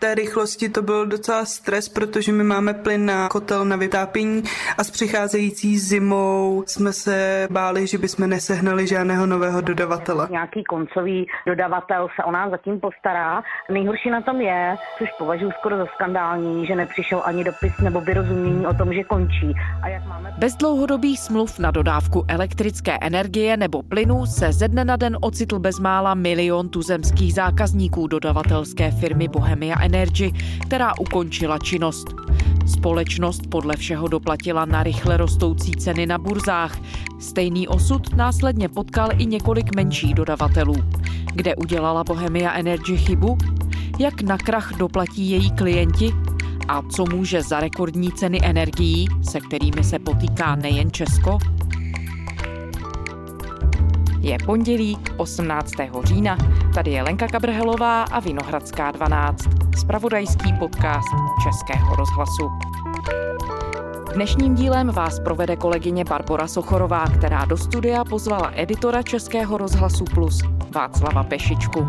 té rychlosti to byl docela stres, protože my máme plyn na kotel na vytápění a s přicházející zimou jsme se báli, že bychom nesehnali žádného nového dodavatele. Nějaký koncový dodavatel se o nás zatím postará. Nejhorší na tom je, což považuji skoro za skandální, že nepřišel ani dopis nebo vyrozumění o tom, že končí. A jak máme... Bez dlouhodobých smluv na dodávku elektrické energie nebo plynu se ze dne na den ocitl bezmála 1 milion tuzemských zákazníků dodavatelské firmy Bohemia Energy, která ukončila činnost. Společnost podle všeho doplatila na rychle rostoucí ceny na burzách. Stejný osud následně potkal i několik menších dodavatelů. Kde udělala Bohemia Energy chybu? Jak na krach doplatí její klienti? A co může za rekordní ceny energií, se kterými se potýká nejen Česko? Je pondělí 18. října. Tady je Lenka Kabrhelová a Vinohradská 12. Zpravodajský podcast Českého rozhlasu. Dnešním dílem vás provede kolegyně Barbora Sochorová, která do studia pozvala editora Českého rozhlasu Plus Václava Pešičku.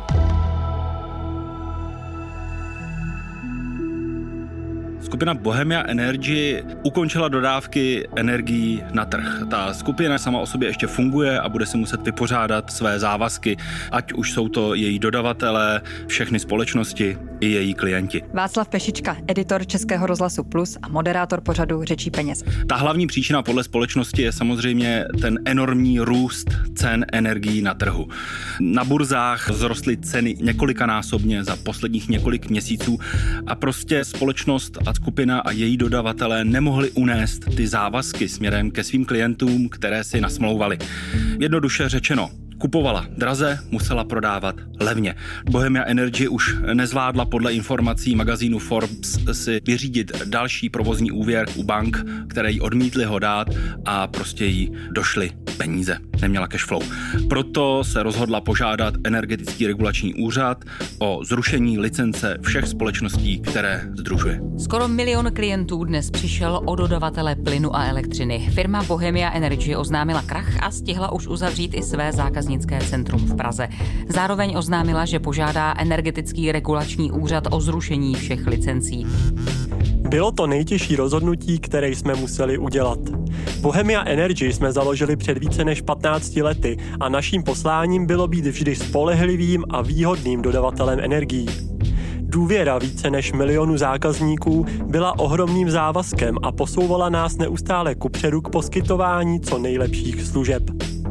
Skupina Bohemia Energy ukončila dodávky energií na trh. Ta skupina sama o sobě ještě funguje a bude se muset vypořádat své závazky, ať už jsou to její dodavatelé, všechny společnosti i její klienti. Václav Pešička, editor Českého rozhlasu Plus a moderátor pořadu Řečí peněz. Ta hlavní příčina podle společnosti je samozřejmě ten enormní růst cen energií na trhu. Na burzách vzrostly ceny několikanásobně za posledních několik měsíců a prostě společnost a skupina a její dodavatelé nemohli unést ty závazky směrem ke svým klientům, které si nasmlouvali. Jednoduše řečeno, kupovala draze, musela prodávat levně. Bohemia Energy už nezvládla podle informací magazínu Forbes si vyřídit další provozní úvěr u bank, které jí odmítly ho dát a prostě jí došly peníze. Neměla cash flow. Proto se rozhodla požádat Energetický regulační úřad o zrušení licence všech společností, které sdružuje. Skoro 1 milion klientů dnes přišel o dodavatele plynu a elektřiny. Firma Bohemia Energy oznámila krach a stihla už uzavřít i své zákaznické centrum v Praze. Zároveň oznámila, že požádá Energetický regulační úřad o zrušení všech licencí. Bylo to nejtěžší rozhodnutí, které jsme museli udělat. Bohemia Energy jsme založili před více než 15 lety a naším posláním bylo být vždy spolehlivým a výhodným dodavatelem energií. Důvěra více než 1 milionu zákazníků byla ohromným závazkem a posouvala nás neustále kupředu k poskytování co nejlepších služeb.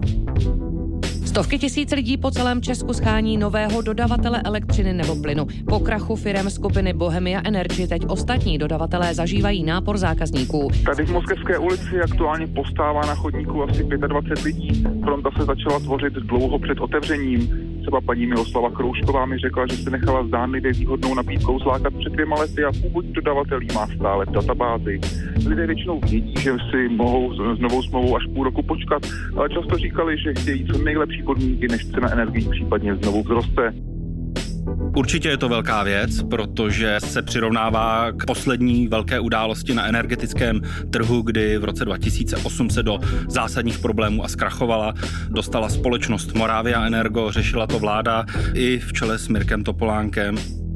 Stovky tisíc lidí po celém Česku schání nového dodavatele elektřiny nebo plynu. Po krachu firem skupiny Bohemia Energy teď ostatní dodavatelé zažívají nápor zákazníků. Tady v Moskevské ulici aktuálně postává na chodníku asi 25 lidí. Fronta se začala tvořit dlouho před otevřením. Třeba paní Miloslava Kroužková mi řekla, že se nechala zdánlivě výhodnou nabídkou zlákat před 2 lety a původní dodavatel jí má stále v databázi. Lidé většinou vědí, že si mohou s novou smlouvou až půl roku počkat, ale často říkali, že chtějí co nejlepší podmínky, než cena energií případně znovu vzroste. Určitě je to velká věc, protože se přirovnává k poslední velké události na energetickém trhu, kdy v roce 2008 se do zásadních problémů a zkrachovala. Dostala společnost Moravia Energo, řešila to vláda i v čele s Mirkem Topolánkem.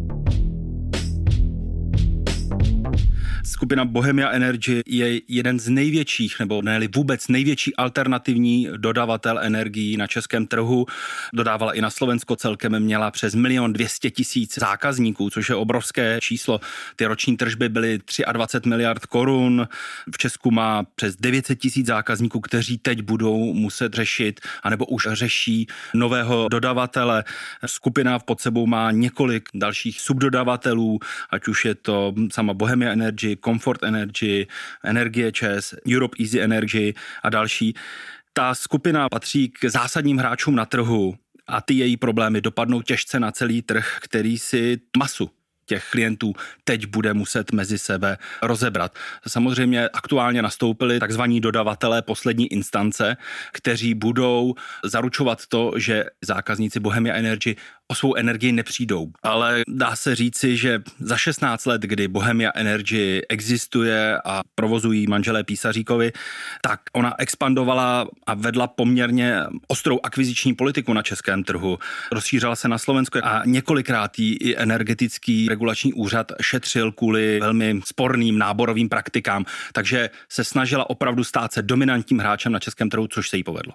Skupina Bohemia Energy je jeden z největších, nebo ne-li vůbec největší alternativní dodavatel energií na českém trhu. Dodávala i na Slovensko, celkem měla přes 1 200 000 zákazníků, což je obrovské číslo. Ty roční tržby byly 23 miliard korun. V Česku má přes 900 000 zákazníků, kteří teď budou muset řešit, anebo už řeší nového dodavatele. Skupina pod sebou má několik dalších subdodavatelů, ať už je to sama Bohemia Energy, Comfort Energy, Energie ČEZ, Europe Easy Energy a další. Ta skupina patří k zásadním hráčům na trhu a ty její problémy dopadnou těžce na celý trh, který si masu těch klientů teď bude muset mezi sebe rozebrat. Samozřejmě aktuálně nastoupili takzvaní dodavatelé poslední instance, kteří budou zaručovat to, že zákazníci Bohemia Energy o svou energii nepřijdou. Ale dá se říci, že za 16 let, kdy Bohemia Energy existuje a provozují manželé Písaříkovi, tak ona expandovala a vedla poměrně ostrou akviziční politiku na českém trhu. Rozšířila se na Slovensko a několikrát jí i Energetický regulační úřad šetřil kvůli velmi sporným náborovým praktikám, takže se snažila opravdu stát se dominantním hráčem na českém trhu, což se jí povedlo.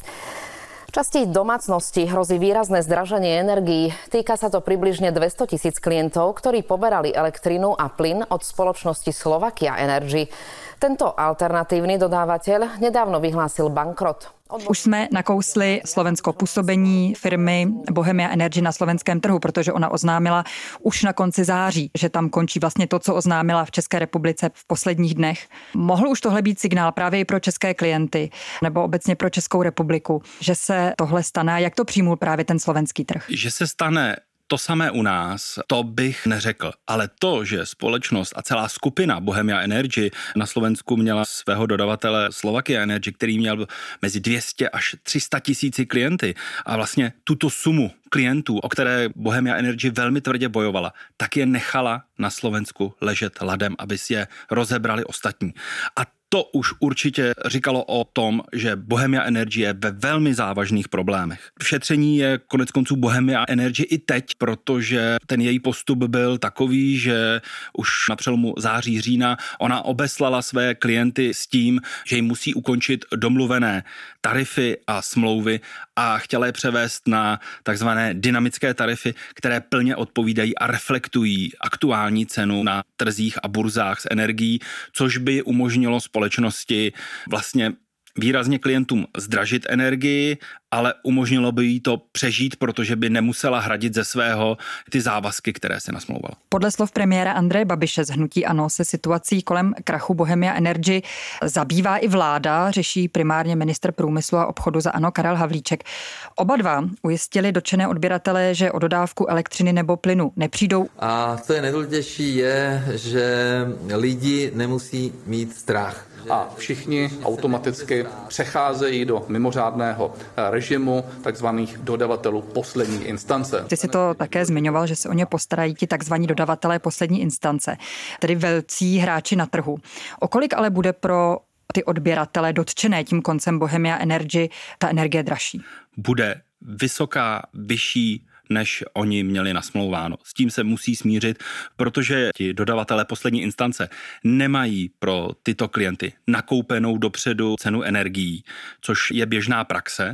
Časti domácnosti hrozí výrazné zdraženie energií. Týka sa to približne 200 000 klientov, ktorí poberali elektrinu a plyn od spoločnosti Slovakia Energy. Tento alternatívny dodávateľ nedávno vyhlásil bankrot. Už jsme nakousli Slovensko působení firmy Bohemia Energy na slovenském trhu, protože ona oznámila už na konci září, že tam končí vlastně to, co oznámila v České republice v posledních dnech. Mohl už tohle být signál právě i pro české klienty nebo obecně pro Českou republiku, že se tohle stane? Jak to přijmul právě ten slovenský trh? Že se stane to samé u nás, to bych neřekl. Ale to, že společnost a celá skupina Bohemia Energy na Slovensku měla svého dodavatele Slovakia Energy, který měl mezi 200 až 300 tisíci klienty a vlastně tuto sumu klientů, o které Bohemia Energy velmi tvrdě bojovala, tak je nechala na Slovensku ležet ladem, aby si je rozebrali ostatní. A to už určitě říkalo o tom, že Bohemia Energy je ve velmi závažných problémech. V šetření je koneckonců Bohemia Energy i teď, protože ten její postup byl takový, že už na přelomu září, října ona obeslala své klienty s tím, že jim musí ukončit domluvené tarify a smlouvy a chtěla je převést na takzvané dynamické tarify, které plně odpovídají a reflektují aktuální cenu na trzích a burzách s energií, což by umožnilo společnosti vlastně výrazně klientům zdražit energii, ale umožnilo by jí to přežít, protože by nemusela hradit ze svého ty závazky, které se nasmlouvala. Podle slov premiéra Andreje Babiše z hnutí ANO se situací kolem krachu Bohemia Energy zabývá i vláda, řeší primárně ministr průmyslu a obchodu za ANO Karel Havlíček. Oba dva ujistili dotčené odběratele, že o dodávku elektřiny nebo plynu nepřijdou. A co je nejdůležitější je, že lidi nemusí mít strach. A všichni automaticky přecházejí do mimořádného režimu takzvaných dodavatelů poslední instance. Ty si to také zmiňoval, že se o ně postarají ti takzvaní dodavatelé poslední instance, tedy velcí hráči na trhu. O kolik ale bude pro ty odběratele dotčené tím koncem Bohemia Energy ta energie dražší? Bude vysoká, vyšší, než oni měli nasmlouváno. S tím se musí smířit, protože ti dodavatelé poslední instance nemají pro tyto klienty nakoupenou dopředu cenu energií, což je běžná praxe,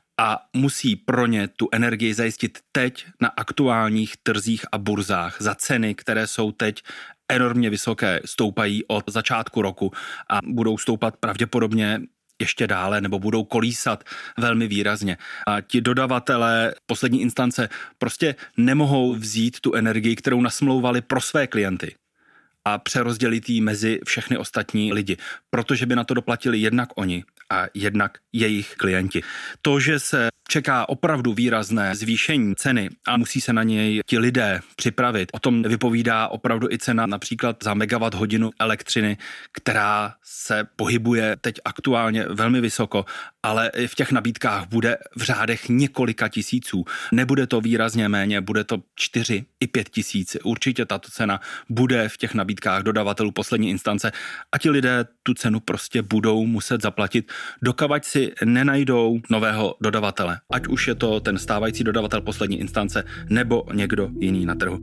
a musí pro ně tu energii zajistit teď na aktuálních trzích a burzách za ceny, které jsou teď enormně vysoké, stoupají od začátku roku a budou stoupat pravděpodobně ještě dále nebo budou kolísat velmi výrazně. A ti dodavatelé poslední instance prostě nemohou vzít tu energii, kterou nasmlouvali pro své klienty a přerozdělit ji mezi všechny ostatní lidi, protože by na to doplatili jednak oni a jednak jejich klienti. To, že se čeká opravdu výrazné zvýšení ceny a musí se na něj ti lidé připravit, o tom vypovídá opravdu i cena například za megawatt hodinu elektřiny, která se pohybuje teď aktuálně velmi vysoko, ale v těch nabídkách bude v řádech několika tisíců. Nebude to výrazně méně, bude to 4 i 5 tisíc. Určitě tato cena bude v těch nabídkách dodavatelů poslední instance a ti lidé tu cenu prostě budou muset zaplatit, dokavať si nenajdou nového dodavatele. Ať už je to ten stávající dodavatel poslední instance nebo někdo jiný na trhu.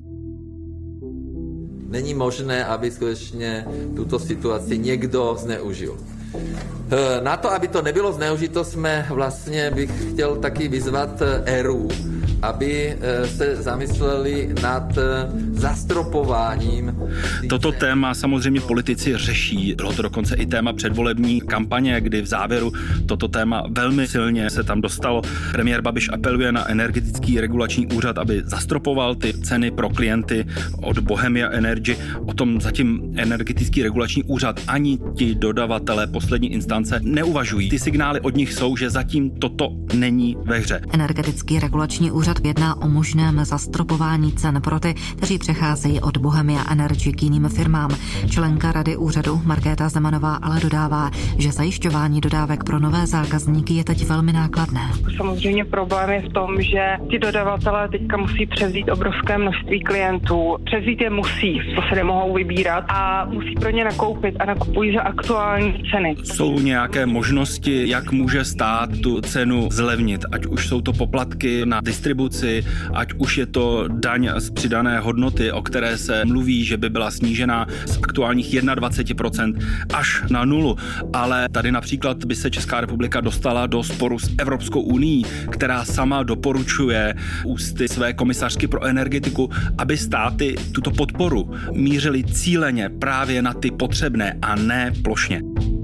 Není možné, aby skutečně tuto situaci někdo zneužil. Na to, aby to nebylo zneužito, bych chtěl taky vyzvat ERÚ, aby se zamysleli nad zastropováním. Toto téma samozřejmě politici řeší. Bylo to dokonce i téma předvolební kampaně, kdy v závěru toto téma velmi silně se tam dostalo. Premiér Babiš apeluje na Energetický regulační úřad, aby zastropoval ty ceny pro klienty od Bohemia Energy. O tom zatím Energetický regulační úřad ani ti dodavatelé poslední instance neuvažují. Ty signály od nich jsou, že zatím toto není ve hře. Energetický regulační úřad Například jedná o možném zastropování cen pro ty, kteří přecházejí od Bohemia Energy k jiným firmám. Členka Rady úřadu Markéta Zemanová ale dodává, že zajišťování dodávek pro nové zákazníky je teď velmi nákladné. Samozřejmě problém je v tom, že ty dodavatelé teďka musí převzít obrovské množství klientů. Převzít je musí, to se nemohou vybírat a musí pro ně nakoupit a nakupují za aktuální ceny. Jsou nějaké možnosti, jak může stát tu cenu zlevnit, ať už jsou to poplatky na distribuci, ať už je to daň z přidané hodnoty, o které se mluví, že by byla snížena z aktuálních 21% až na 0, ale tady například by se Česká republika dostala do sporu s Evropskou unií, která sama doporučuje ústy své komisařky pro energetiku, aby státy tuto podporu mířily cíleně právě na ty potřebné a ne plošně.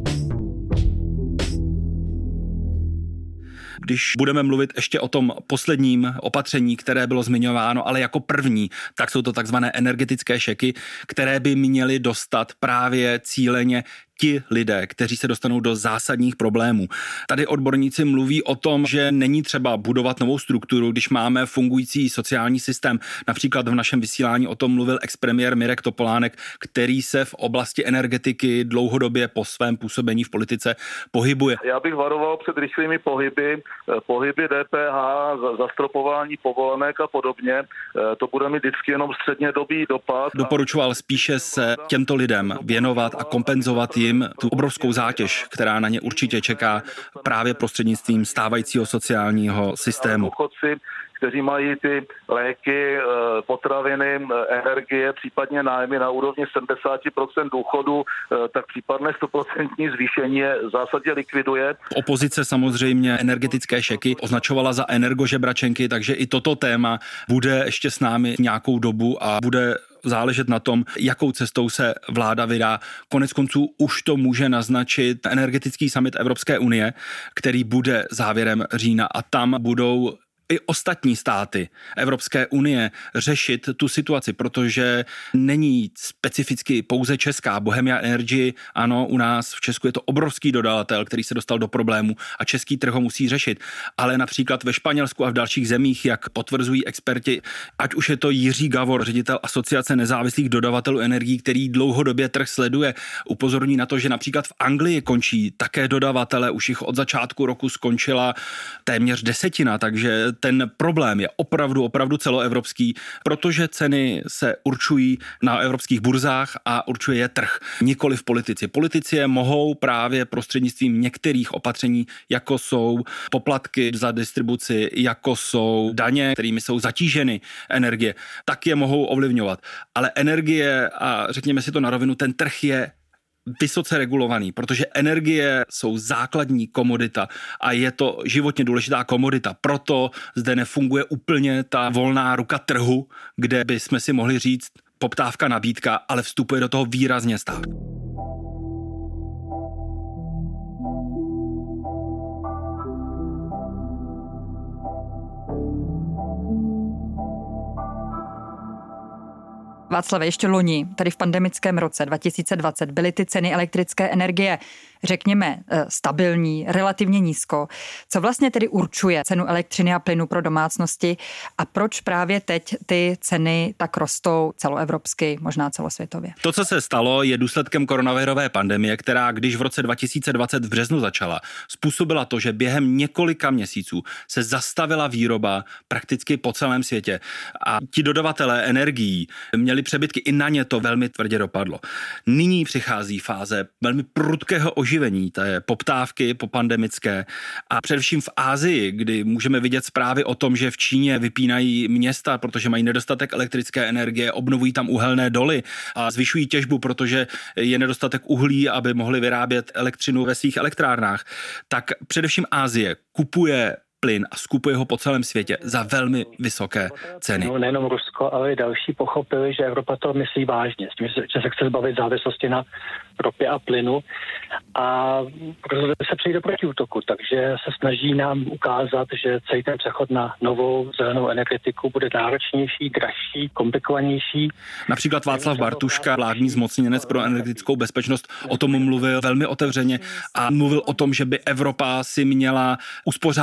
Když budeme mluvit ještě o tom posledním opatření, které bylo zmiňováno, ale jako první, tak jsou to takzvané energetické šeky, které by měly dostat právě cíleně ti lidé, kteří se dostanou do zásadních problémů. Tady odborníci mluví o tom, že není třeba budovat novou strukturu, když máme fungující sociální systém. Například v našem vysílání o tom mluvil expremiér Mirek Topolánek, který se v oblasti energetiky dlouhodobě po svém působení v politice pohybuje. Já bych varoval před rychlými pohyby DPH, zastropování povolenek a podobně. To bude mít vždycky jenom střednědobý dopad. Doporučoval spíše se těmto lidem věnovat a kompenzovat jim tu obrovskou zátěž, která na ně určitě čeká právě prostřednictvím stávajícího sociálního systému. Kteří mají ty léky, potraviny, energie, případně nájmy na úrovni 70% důchodu, tak případné 100% zvýšení je v zásadě likviduje. Opozice samozřejmě energetické šeky označovala za energožebračenky, takže i toto téma bude ještě s námi nějakou dobu a bude záležet na tom, jakou cestou se vláda vydá. Konec konců už to může naznačit energetický summit Evropské unie, který bude závěrem října a tam budou i ostatní státy Evropské unie řešit tu situaci, protože není specificky pouze česká. Bohemia Energy, ano, u nás v Česku je to obrovský dodavatel, který se dostal do problému a český trh ho musí řešit. Ale například ve Španělsku a v dalších zemích, jak potvrzují experti, ať už je to Jiří Gavor, ředitel Asociace nezávislých dodavatelů energií, který dlouhodobě trh sleduje, upozorní na to, že například v Anglii končí také dodavatele, už jich od začátku roku skončila téměř 10, takže ten problém je opravdu celoevropský, protože ceny se určují na evropských burzách a určuje je trh, nikoliv politici. Politici je mohou právě prostřednictvím některých opatření, jako jsou poplatky za distribuci, jako jsou daně, kterými jsou zatíženy energie, tak je mohou ovlivňovat. Ale energie, a řekněme si to na rovinu, ten trh je vysoce regulovaný, protože energie jsou základní komodita a je to životně důležitá komodita. Proto zde nefunguje úplně ta volná ruka trhu, kde bychom si mohli říct poptávka, nabídka, ale vstupuje do toho výrazně stát. Václave, ještě loni, tady v pandemickém roce 2020, byly ty ceny elektrické energie, řekněme, stabilní, relativně nízko. Co vlastně tedy určuje cenu elektřiny a plynu pro domácnosti a proč právě teď ty ceny tak rostou celoevropsky, možná celosvětově? To, co se stalo, je důsledkem koronavirové pandemie, která, když v roce 2020 v březnu začala, způsobila to, že během několika měsíců se zastavila výroba prakticky po celém světě. A ti dodavatelé energií měli přebytky, i na ně to velmi tvrdě dopadlo. Nyní přichází fáze velmi prudkého oživení té poptávky popandemické a především v Asii, kdy můžeme vidět zprávy o tom, že v Číně vypínají města, protože mají nedostatek elektrické energie, obnovují tam uhelné doly a zvyšují těžbu, protože je nedostatek uhlí, aby mohli vyrábět elektřinu ve svých elektrárnách. Tak především Asie kupuje plyn a skupuje ho po celém světě za velmi vysoké ceny. No, nejenom Rusko, ale i další pochopili, že Evropa to myslí vážně, s tím, že se chce zbavit závislosti na ropě a plynu a rozhodli se přejít do protiútoku, takže se snaží nám ukázat, že celý ten přechod na novou zelenou energetiku bude náročnější, dražší, komplikovanější. Například Václav Bartuška, vládní zmocněnec pro energetickou bezpečnost, o tom mluvil velmi otevřeně a mluvil o tom, že by Evropa si měla uspořádat a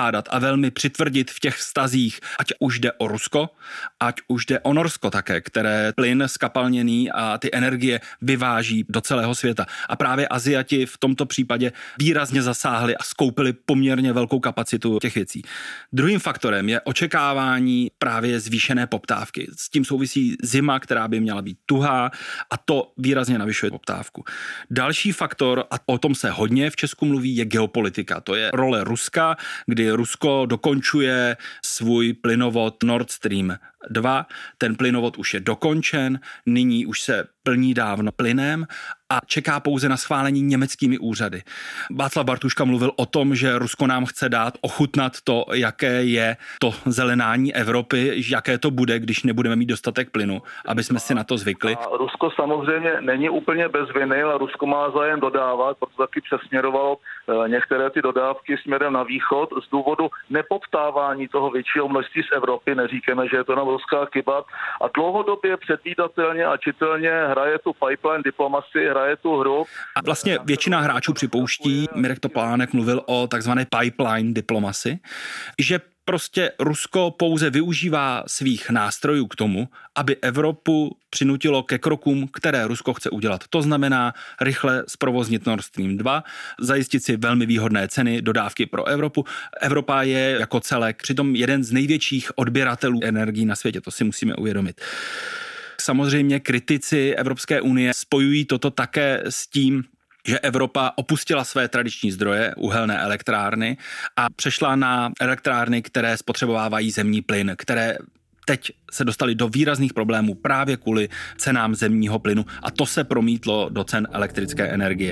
velmi přitvrdit v těch vztazích, ať už jde o Rusko, ať už jde o Norsko také, které plyn skapalněný a ty energie vyváží do celého světa. A právě Aziati v tomto případě výrazně zasáhli a skoupili poměrně velkou kapacitu těch věcí. Druhým faktorem je očekávání právě zvýšené poptávky. S tím souvisí zima, která by měla být tuhá, a to výrazně navyšuje poptávku. Další faktor, a o tom se hodně v Česku mluví, je geopolitika. To je role Ruska, kdy Rusko dokončuje svůj plynovod Nord Stream 2. Ten plynovod už je dokončen, nyní už se plní dávno plynem a čeká pouze na schválení německými úřady. Václav Bartuška mluvil o tom, že Rusko nám chce dát ochutnat to, jaké je to zelenání Evropy, jaké to bude, když nebudeme mít dostatek plynu, aby jsme si na to zvykli. A Rusko samozřejmě není úplně bez viny, ale Rusko má zájem dodávat, proto taky přesměrovalo některé ty dodávky směrem na východ z důvodu nepoptávání toho většího množství z Evropy. Neříkáme, že je to ruská chyba. A dlouhodobě předvídatelně a čitelně hraje tu pipeline diplomacy, hraje tu hru. A vlastně většina hráčů připouští, Mirek Topolánek mluvil o takzvané pipeline diplomacy, že prostě Rusko pouze využívá svých nástrojů k tomu, aby Evropu přinutilo ke krokům, které Rusko chce udělat. To znamená rychle zprovoznit Nord Stream 2, zajistit si velmi výhodné ceny, dodávky pro Evropu. Evropa je jako celek přitom jeden z největších odběratelů energií na světě, to si musíme uvědomit. Samozřejmě kritici Evropské unie spojují toto také s tím, že Evropa opustila své tradiční zdroje, uhelné elektrárny, a přešla na elektrárny, které spotřebovávají zemní plyn, které teď se dostali do výrazných problémů právě kvůli cenám zemního plynu, a to se promítlo do cen elektrické energie.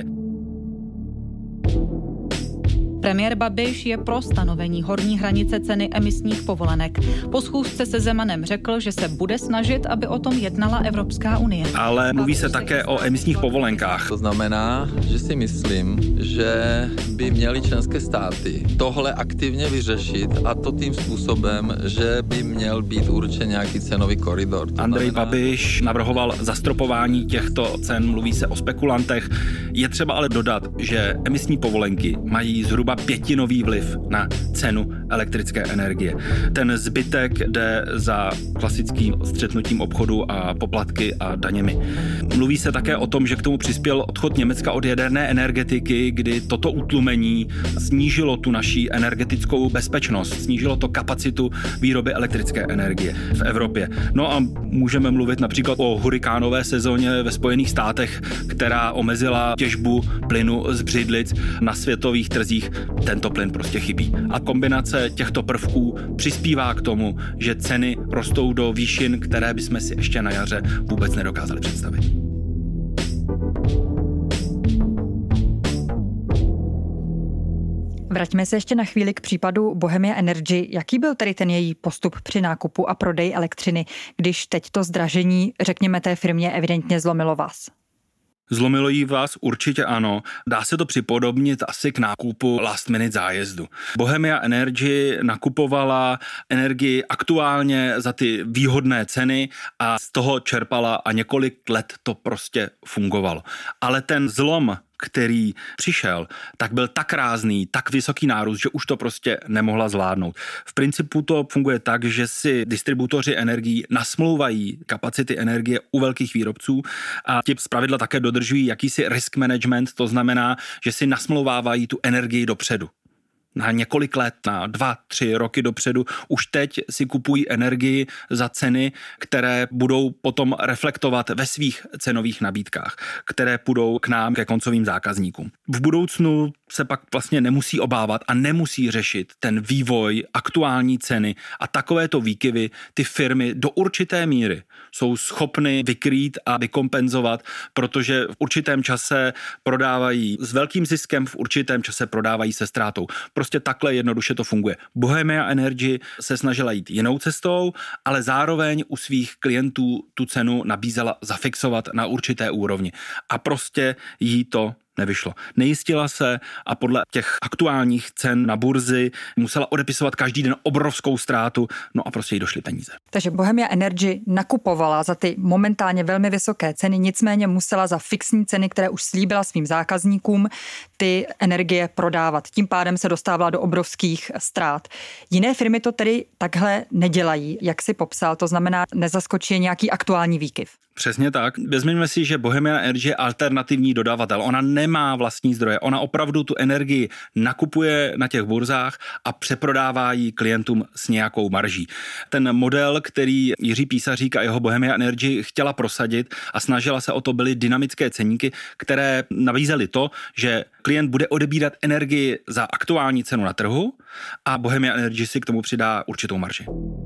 Premiér Babiš je pro stanovení horní hranice ceny emisních povolenek. Po schůzce se Zemanem řekl, že se bude snažit, aby o tom jednala Evropská unie. Ale mluví se také o emisních povolenkách. To znamená, že si myslím, že by měly členské státy tohle aktivně vyřešit, a to tím způsobem, že by měl být určen nějaký cenový koridor. Andrej Babiš navrhoval zastropování těchto cen, mluví se o spekulantech. Je třeba ale dodat, že emisní povolenky mají zhruba pětinový vliv na cenu elektrické energie. Ten zbytek jde za klasickým střetnutím obchodu a poplatky a daněmi. Mluví se také o tom, že k tomu přispěl odchod Německa od jaderné energetiky, kdy toto utlumení snížilo tu naší energetickou bezpečnost, snížilo to kapacitu výroby elektrické energie v Evropě. No a můžeme mluvit například o hurikánové sezóně ve Spojených státech, která omezila těžbu plynu z břidlic na světových trzích. Tento plyn prostě chybí. A kombinace těchto prvků přispívá k tomu, že ceny rostou do výšin, které bychom si ještě na jaře vůbec nedokázali představit. Vraťme se ještě na chvíli k případu Bohemia Energy. Jaký byl tedy ten její postup při nákupu a prodeji elektřiny, když teď to zdražení, řekněme, té firmě evidentně zlomilo vás? Zlomilo jí vás? Určitě ano. Dá se to připodobnit asi k nákupu last minute zájezdu. Bohemia Energy nakupovala energii aktuálně za ty výhodné ceny a z toho čerpala a několik let to prostě fungovalo. Ale ten zlom, který přišel, tak byl tak rázný, tak vysoký nárůst, že už to prostě nemohla zvládnout. V principu to funguje tak, že si distributoři energií nasmlouvají kapacity energie u velkých výrobců a ti zpravidla také dodržují jakýsi risk management, to znamená, že si nasmlouvávají tu energii dopředu. Na několik let, na 2-3 roky dopředu, už teď si kupují energii za ceny, které budou potom reflektovat ve svých cenových nabídkách, které půjdou k nám, ke koncovým zákazníkům. V budoucnu se pak vlastně nemusí obávat a nemusí řešit ten vývoj, aktuální ceny a takovéto výkyvy ty firmy do určité míry jsou schopny vykrýt a vykompenzovat, protože v určitém čase prodávají s velkým ziskem, v určitém čase prodávají se ztrátou. Prostě takhle jednoduše to funguje. Bohemia Energy se snažila jít jinou cestou, ale zároveň u svých klientů tu cenu nabízela zafixovat na určité úrovni. A prostě jí to nevyšlo. Nejistila se a podle těch aktuálních cen na burzi musela odepisovat každý den obrovskou ztrátu, no a prostě jí došly peníze. Takže Bohemia Energy nakupovala za ty momentálně velmi vysoké ceny, nicméně musela za fixní ceny, které už slíbila svým zákazníkům, ty energie prodávat. Tím pádem se dostávala do obrovských ztrát. Jiné firmy to tedy takhle nedělají, jak si popsal, to znamená, nezaskočí nějaký aktuální výkyv. Přesně tak. Vezměme si, že Bohemia Energy je alternativní dodavatel. Ona nemá vlastní zdroje. Ona opravdu tu energii nakupuje na těch burzách a přeprodává ji klientům s nějakou marží. Ten model, který Jiří Písařík a jeho Bohemia Energy chtěla prosadit a snažila se o to, byly dynamické ceníky, které nabízely to, že klient bude odebírat energii za aktuální cenu na trhu a Bohemia Energy si k tomu přidá určitou marži.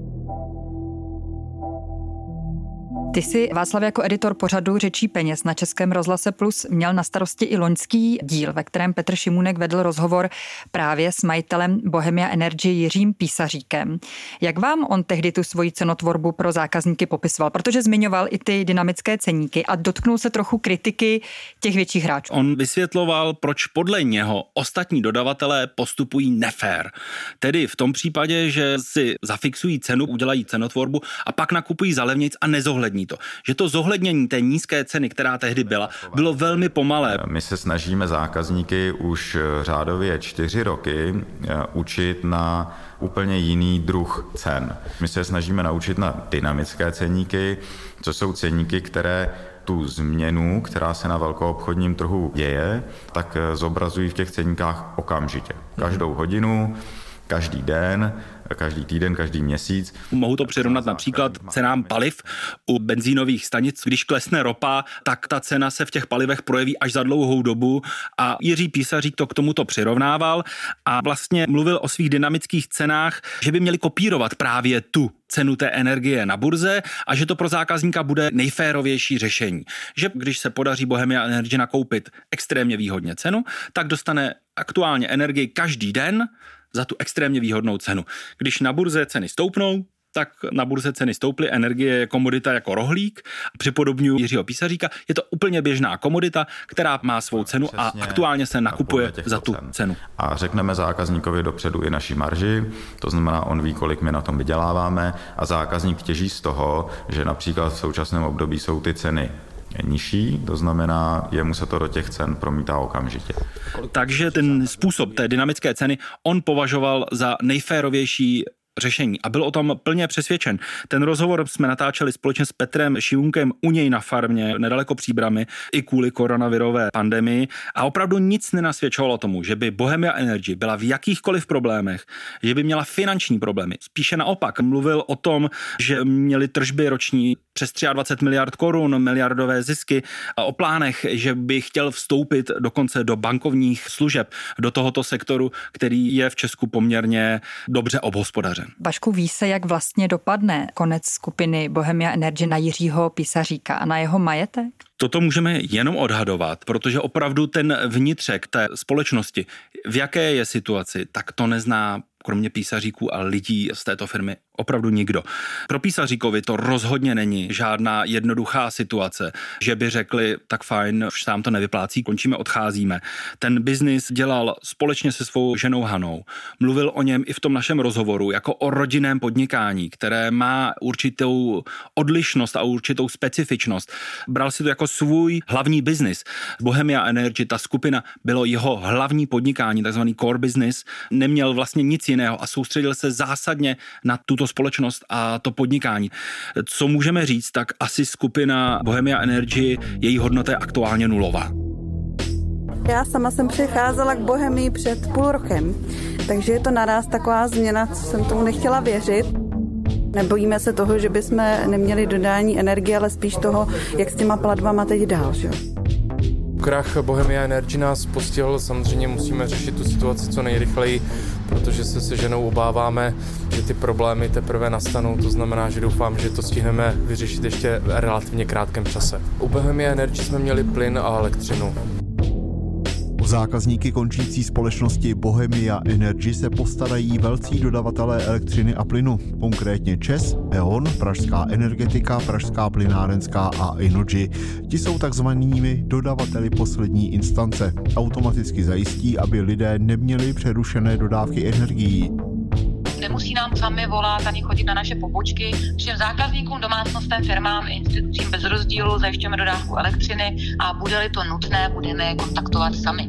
Ty jsi, Václav, jako editor pořadu Řečí peněz na Českém rozhlase Plus měl na starosti i loňský díl, ve kterém Petr Šimůnek vedl rozhovor právě s majitelem Bohemia Energy Jiřím Písaříkem. Jak vám on tehdy tu svoji cenotvorbu pro zákazníky popisoval? Protože zmiňoval i ty dynamické ceníky a dotknul se trochu kritiky těch větších hráčů. On vysvětloval, proč podle něho ostatní dodavatelé postupují nefér. Tedy v tom případě, že si zafixují cenu, udělají cenotvorbu a pak nakupují za levnějc a nezohlední to. Že to zohlednění té nízké ceny, která tehdy byla, bylo velmi pomalé. My se snažíme zákazníky už řádově 4 roky učit na úplně jiný druh cen. My se snažíme naučit na dynamické ceníky, co jsou ceníky, které tu změnu, která se na velkoobchodním trhu děje, tak zobrazují v těch ceníkách okamžitě. Každou hodinu, každý den, každý týden, každý měsíc. Mohu to přirovnat například cenám paliv u benzínových stanic. Když klesne ropa, tak ta cena se v těch palivech projeví až za dlouhou dobu a Jiří Písařík to k tomuto přirovnával a vlastně mluvil o svých dynamických cenách, že by měli kopírovat právě tu cenu té energie na burze a že to pro zákazníka bude nejférovější řešení. Že když se podaří Bohemia Energy nakoupit extrémně výhodně cenu, tak dostane aktuálně energii každý den za tu extrémně výhodnou cenu. Když na burze ceny stoupnou, tak na burze ceny stouply, energie je komodita jako rohlík. Připodobňuji Jiřího Písaříka, je to úplně běžná komodita, která má svou cenu a aktuálně se nakupuje za tu cenu. A řekneme zákazníkovi dopředu i naší marži, to znamená, on ví, kolik my na tom vyděláváme a zákazník těží z toho, že například v současném období jsou ty ceny nižší, to znamená, jemu se to do těch cen promítá okamžitě. Takže ten způsob té dynamické ceny on považoval za nejférovější řešení a byl o tom plně přesvědčen. Ten rozhovor jsme natáčeli společně s Petrem Šimůnkem u něj na farmě nedaleko Příbrami i kvůli koronavirové pandemii a opravdu nic nenasvědčovalo tomu, že by Bohemia Energy byla v jakýchkoliv problémech, že by měla finanční problémy. Spíše naopak mluvil o tom, že měli tržby roční přes 23 miliard korun, miliardové zisky a o plánech, že by chtěl vstoupit dokonce do bankovních služeb, do tohoto sektoru, který je v Česku poměrně dobře obhospodařen. Vašku, ví se, jak vlastně dopadne konec skupiny Bohemia Energy na Jiřího Písaříka a na jeho majetek? Toto můžeme jenom odhadovat, protože opravdu ten vnitřek té společnosti, v jaké je situaci, tak to nezná kromě Písaříků a lidí z této firmy opravdu nikdo. Pro Písaříkovi to rozhodně není žádná jednoduchá situace, že by řekli, tak fajn, už nám to nevyplácí, končíme, odcházíme. Ten biznis dělal společně se svou ženou Hanou. Mluvil o něm i v tom našem rozhovoru jako o rodinném podnikání, které má určitou odlišnost a určitou specifičnost. Bral si to jako svůj hlavní biznis. Bohemia Energy, ta skupina, bylo jeho hlavní podnikání, takzvaný core business. Neměl vlastně nic jiného a soustředil se zásadně na tuto společnost a to podnikání. Co můžeme říct, tak asi skupina Bohemia Energy, její hodnota je aktuálně nulová. Já sama jsem přecházela k Bohemii před půl rokem, takže je to naraz taková změna, co jsem tomu nechtěla věřit. Nebojíme se toho, že bychom neměli dodání energie, ale spíš toho, jak s těma platbama teď dál, že? Krach Bohemia Energy nás postihl, samozřejmě musíme řešit tu situaci co nejrychleji, protože se ženou obáváme, že ty problémy teprve nastanou, to znamená, že doufám, že to stihneme vyřešit ještě v relativně krátkém čase. U Bohemia Energy jsme měli plyn a elektřinu. O zákazníky končící společnosti Bohemia Energy se postarají velcí dodavatelé elektřiny a plynu, konkrétně ČEZ, E.ON, Pražská energetika, Pražská plynárenská a Innogy. Ti jsou takzvanými dodavateli poslední instance. Automaticky zajistí, aby lidé neměli přerušené dodávky energií. Nemusí nám sami volat ani chodit na naše pobočky. Všem zákazníkům, domácnostem, firmám, institucím bez rozdílu zajišťujeme dodávku elektřiny a bude-li to nutné, budeme je kontaktovat sami.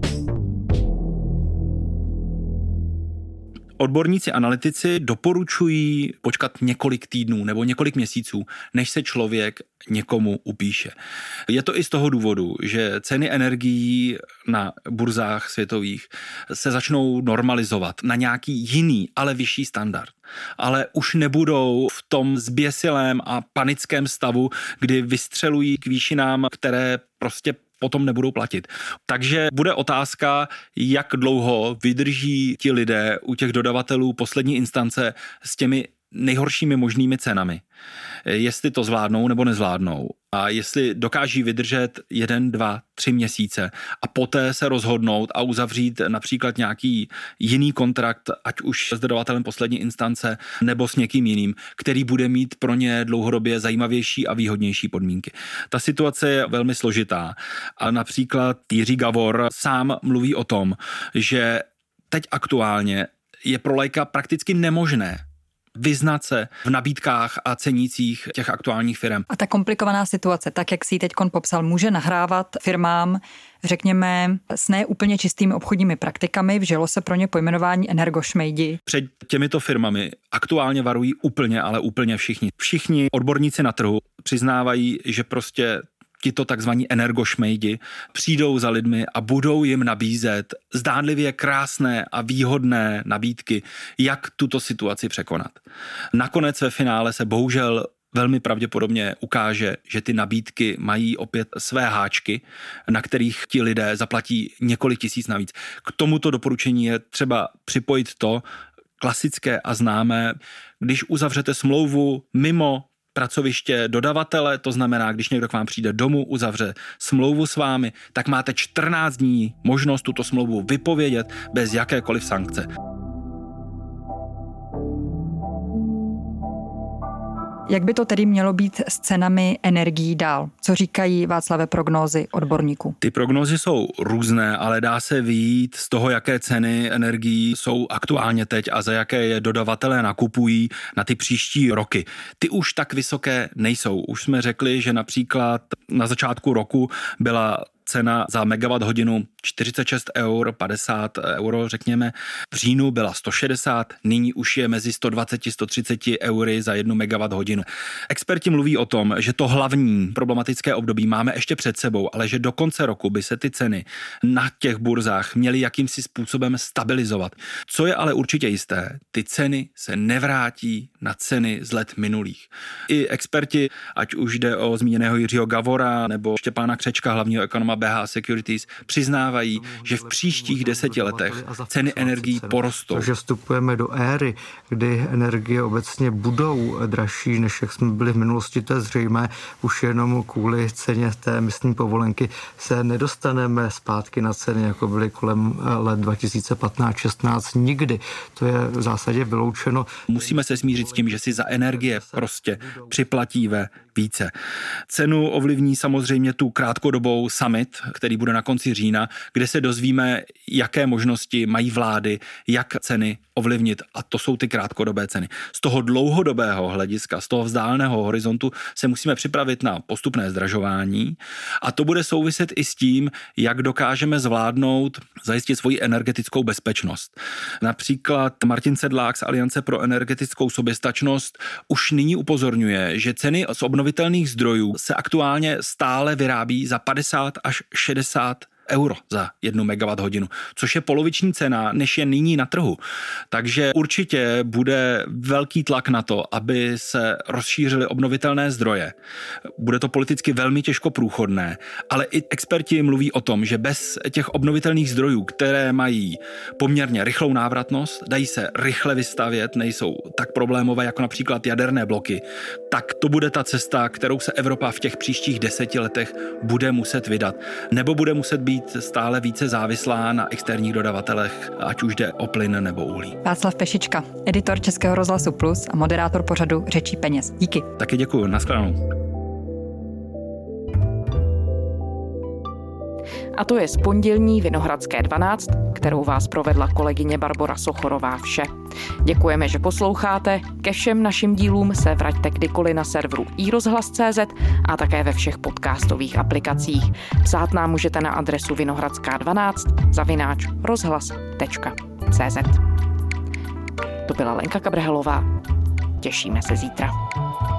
Odborníci analytici doporučují počkat několik týdnů nebo několik měsíců, než se člověk někomu upíše. Je to i z toho důvodu, že ceny energií na burzách světových se začnou normalizovat na nějaký jiný, ale vyšší standard. Ale už nebudou v tom zběsilém a panickém stavu, kdy vystřelují k výšinám, které prostě potom nebudou platit. Takže bude otázka, jak dlouho vydrží ti lidé u těch dodavatelů poslední instance s těmi nejhoršími možnými cenami. Jestli to zvládnou nebo nezvládnou. A jestli dokáží vydržet 1, 2, 3 měsíce a poté se rozhodnout a uzavřít například nějaký jiný kontrakt, ať už s dodavatelem poslední instance nebo s někým jiným, který bude mít pro ně dlouhodobě zajímavější a výhodnější podmínky. Ta situace je velmi složitá. A například Jiří Gavor sám mluví o tom, že teď aktuálně je pro laika prakticky nemožné vyznat se v nabídkách a cenících těch aktuálních firm. A ta komplikovaná situace, tak jak si ji teďkon popsal, může nahrávat firmám, řekněme, s ne úplně čistými obchodními praktikami, vžilo se pro ně pojmenování energošmejdi. Před těmito firmami aktuálně varují úplně, ale úplně všichni. Všichni odborníci na trhu přiznávají, že prostě tito takzvaní energošmejdi přijdou za lidmi a budou jim nabízet zdánlivě krásné a výhodné nabídky, jak tuto situaci překonat. Nakonec ve finále se bohužel velmi pravděpodobně ukáže, že ty nabídky mají opět své háčky, na kterých ti lidé zaplatí několik tisíc navíc. K tomuto doporučení je třeba připojit to klasické a známé, když uzavřete smlouvu mimo pracoviště dodavatele, to znamená, když někdo k vám přijde domů, uzavře smlouvu s vámi, tak máte 14 dní možnost tuto smlouvu vypovědět bez jakékoliv sankce. Jak by to tedy mělo být s cenami energií dál? Co říkají, Václave, prognózy odborníků? Ty prognózy jsou různé, ale dá se vyjít z toho, jaké ceny energií jsou aktuálně teď a za jaké je dodavatelé nakupují na ty příští roky. Ty už tak vysoké nejsou. Už jsme řekli, že například na začátku roku byla cena za megawatt hodinu 46 eur, 50 euro, řekněme. V říjnu byla 160, nyní už je mezi 120-130 eury za 1 megawatt hodinu. Experti mluví o tom, že to hlavní problematické období máme ještě před sebou, ale že do konce roku by se ty ceny na těch burzách měly jakýmsi způsobem stabilizovat. Co je ale určitě jisté, ty ceny se nevrátí na ceny z let minulých. I experti, ať už jde o zmíněného Jiřího Gavora nebo Štěpána Křečka, hlavního ekonoma BH Securities, přiznávají, že v příštích 10 letech ceny energií porostou. Takže vstupujeme do éry, kdy energie obecně budou dražší, než jak jsme byli v minulosti, to je zřejmé. Už jenom kvůli ceně té emisní povolenky se nedostaneme zpátky na ceny, jako byly kolem let 2015-16 nikdy. To je v zásadě vyloučeno. Musíme se smířit s tím, že si za energie prostě připlatíme více. Cenu ovlivní samozřejmě tu krátkodobou summit, který bude na konci října, kde se dozvíme, jaké možnosti mají vlády, jak ceny ovlivnit. A to jsou ty krátkodobé ceny. Z toho dlouhodobého hlediska, z toho vzdáleného horizontu se musíme připravit na postupné zdražování a to bude souviset i s tím, jak dokážeme zvládnout, zajistit svoji energetickou bezpečnost. Například Martin Sedlák z Aliance pro energetickou soběstačnost už nyní upozorňuje, že ceny z obnovitelných zdrojů se aktuálně stále vyrábí za 50 až 60 euro za 1 megawatt hodinu, což je poloviční cena, než je nyní na trhu. Takže určitě bude velký tlak na to, aby se rozšířily obnovitelné zdroje. Bude to politicky velmi těžko průchodné, ale i experti mluví o tom, že bez těch obnovitelných zdrojů, které mají poměrně rychlou návratnost, dají se rychle vystavět, nejsou tak problémové jako například jaderné bloky, tak to bude ta cesta, kterou se Evropa v těch příštích 10 letech bude muset vydat. Nebo bude muset být být stále více závislá na externích dodavatelech, ať už jde o plyn nebo uhlí. Václav Pešička, editor Českého rozhlasu Plus a moderátor pořadu Řečí peněz. Díky. Taky děkuju, nashledanou. A to je z pondělní Vinohradské 12, kterou vás provedla kolegyně Barbora Sochorová vše. Děkujeme, že posloucháte. Ke všem našim dílům se vraťte kdykoliv na serveru iRozhlas.cz a také ve všech podcastových aplikacích. Psát nám můžete na adresu vinohradská12@rozhlas.cz. To byla Lenka Kabrhelová. Těšíme se zítra.